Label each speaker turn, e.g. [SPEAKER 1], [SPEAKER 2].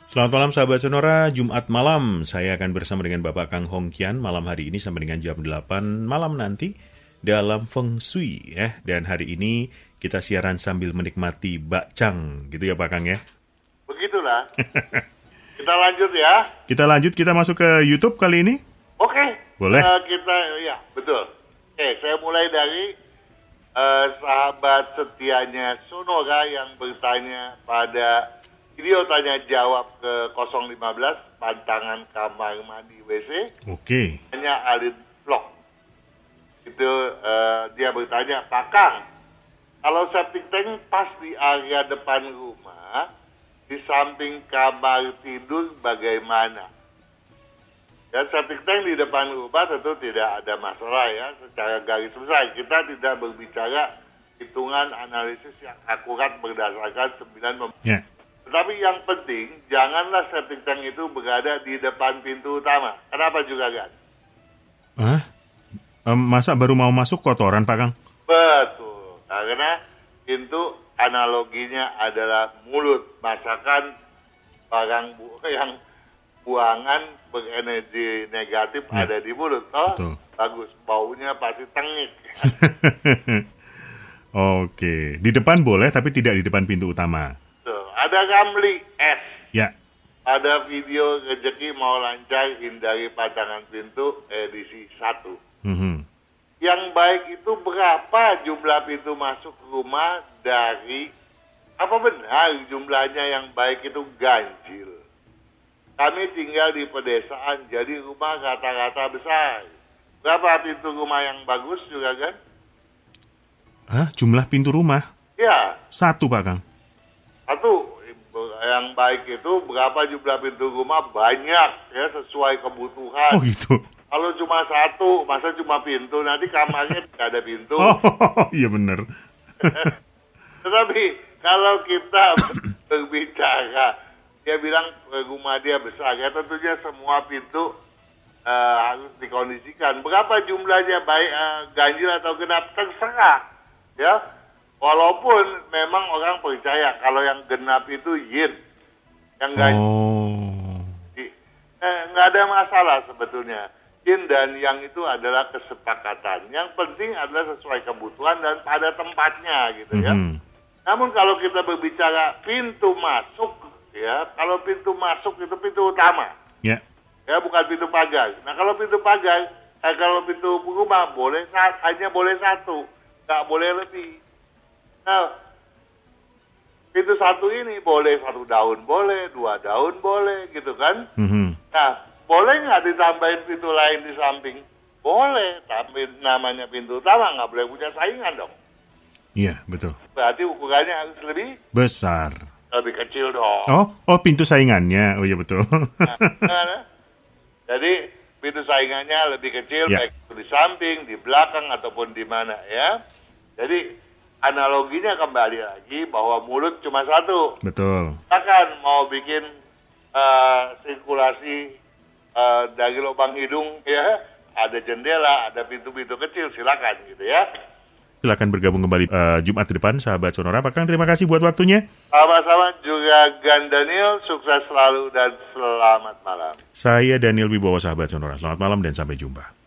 [SPEAKER 1] Selamat malam sahabat Sonora, Jumat malam saya akan bersama dengan Bapak Kang Hong Kian malam hari ini sampai dengan jam 8 malam nanti dalam Feng Shui ya. Dan hari ini kita siaran sambil menikmati bakcang gitu ya Pak Kang ya.
[SPEAKER 2] Begitulah. Kita lanjut ya.
[SPEAKER 1] Kita lanjut, kita masuk ke YouTube kali ini.
[SPEAKER 2] Oke.
[SPEAKER 1] Boleh?
[SPEAKER 2] Ya betul. Oke, saya mulai dari sahabat setianya Sonora yang bertanya pada video tanya jawab ke 015 pantangan kamar mandi WC.
[SPEAKER 1] Oke.
[SPEAKER 2] Hanya Alin Vlog. Itu dia bertanya, Pak Kang, kalau septic tank pas di area depan rumah, di samping kamar tidur bagaimana? Ya, septic tank di depan rumah tentu tidak ada masalah ya, secara garis besar. Kita tidak berbicara hitungan analisis yang akurat berdasarkan 9
[SPEAKER 1] Ya.
[SPEAKER 2] Tetapi yang penting, janganlah septic tank itu berada di depan pintu utama. Kenapa juga, kan?
[SPEAKER 1] Hah? Masa baru mau masuk kotoran, Pak Kang?
[SPEAKER 2] Betul. Karena pintu analoginya adalah mulut. Masakan barang yang buangan berenergi negatif ada di mulut. Oh, betul. Bagus. Baunya pasti tengik.
[SPEAKER 1] Oke. Di depan boleh, tapi tidak di depan pintu utama.
[SPEAKER 2] Ada Ramli S.
[SPEAKER 1] Ya.
[SPEAKER 2] Ada video rezeki mau lancar hindari padangan pintu edisi 1.
[SPEAKER 1] Mm-hmm.
[SPEAKER 2] Yang baik itu berapa jumlah pintu masuk rumah dari, apa benar jumlahnya yang baik itu ganjil? Kami tinggal di pedesaan, jadi rumah rata-rata besar. Berapa pintu rumah yang bagus juga, kan?
[SPEAKER 1] Hah? Jumlah pintu rumah?
[SPEAKER 2] Ya.
[SPEAKER 1] 1, Pak Kang.
[SPEAKER 2] 1. Yang baik itu berapa jumlah pintu rumah banyak ya, sesuai kebutuhan.
[SPEAKER 1] Oh gitu.
[SPEAKER 2] Kalau cuma 1, masa cuma pintu, nanti kamarnya tidak ada pintu.
[SPEAKER 1] Oh iya benar.
[SPEAKER 2] Tetapi kalau kita berbicara, dia bilang rumah dia besar, ya tentunya semua pintu harus dikondisikan. Berapa jumlahnya baik ganjil atau genap terserah, ya. Walaupun memang orang percaya kalau yang genap itu yin, yang ganjil nggak ada masalah sebetulnya. Yin dan yang itu adalah kesepakatan. Yang penting adalah sesuai kebutuhan dan pada tempatnya gitu ya. Namun kalau kita berbicara pintu masuk, ya kalau pintu masuk itu pintu utama, ya bukan pintu pagar. Nah kalau pintu pagar, kalau pintu rumah boleh hanya boleh 1, nggak boleh lebih. Nah, pintu 1 ini boleh 1 daun boleh, 2 daun boleh, gitu kan? Nah, boleh nggak ditambahin pintu lain di samping? Boleh, tapi namanya pintu utama nggak boleh punya saingan dong.
[SPEAKER 1] Iya, betul.
[SPEAKER 2] Berarti ukurannya harus lebih
[SPEAKER 1] besar.
[SPEAKER 2] Lebih kecil dong.
[SPEAKER 1] Oh pintu saingannya. Oh iya betul.
[SPEAKER 2] Nah, jadi pintu saingannya lebih kecil, baik itu di samping, di belakang ataupun di mana ya. Jadi analoginya kembali lagi bahwa mulut cuma 1.
[SPEAKER 1] Betul.
[SPEAKER 2] Akan mau bikin sirkulasi dari lubang hidung ya, ada jendela, ada pintu-pintu kecil, silakan gitu ya.
[SPEAKER 1] Silakan bergabung kembali Jumat depan sahabat Sonora. Pak Kang, terima kasih buat waktunya.
[SPEAKER 2] Sama-sama juga Gan Daniel, sukses selalu dan selamat malam.
[SPEAKER 1] Saya Daniel Wibowo sahabat Sonora. Selamat malam dan sampai jumpa.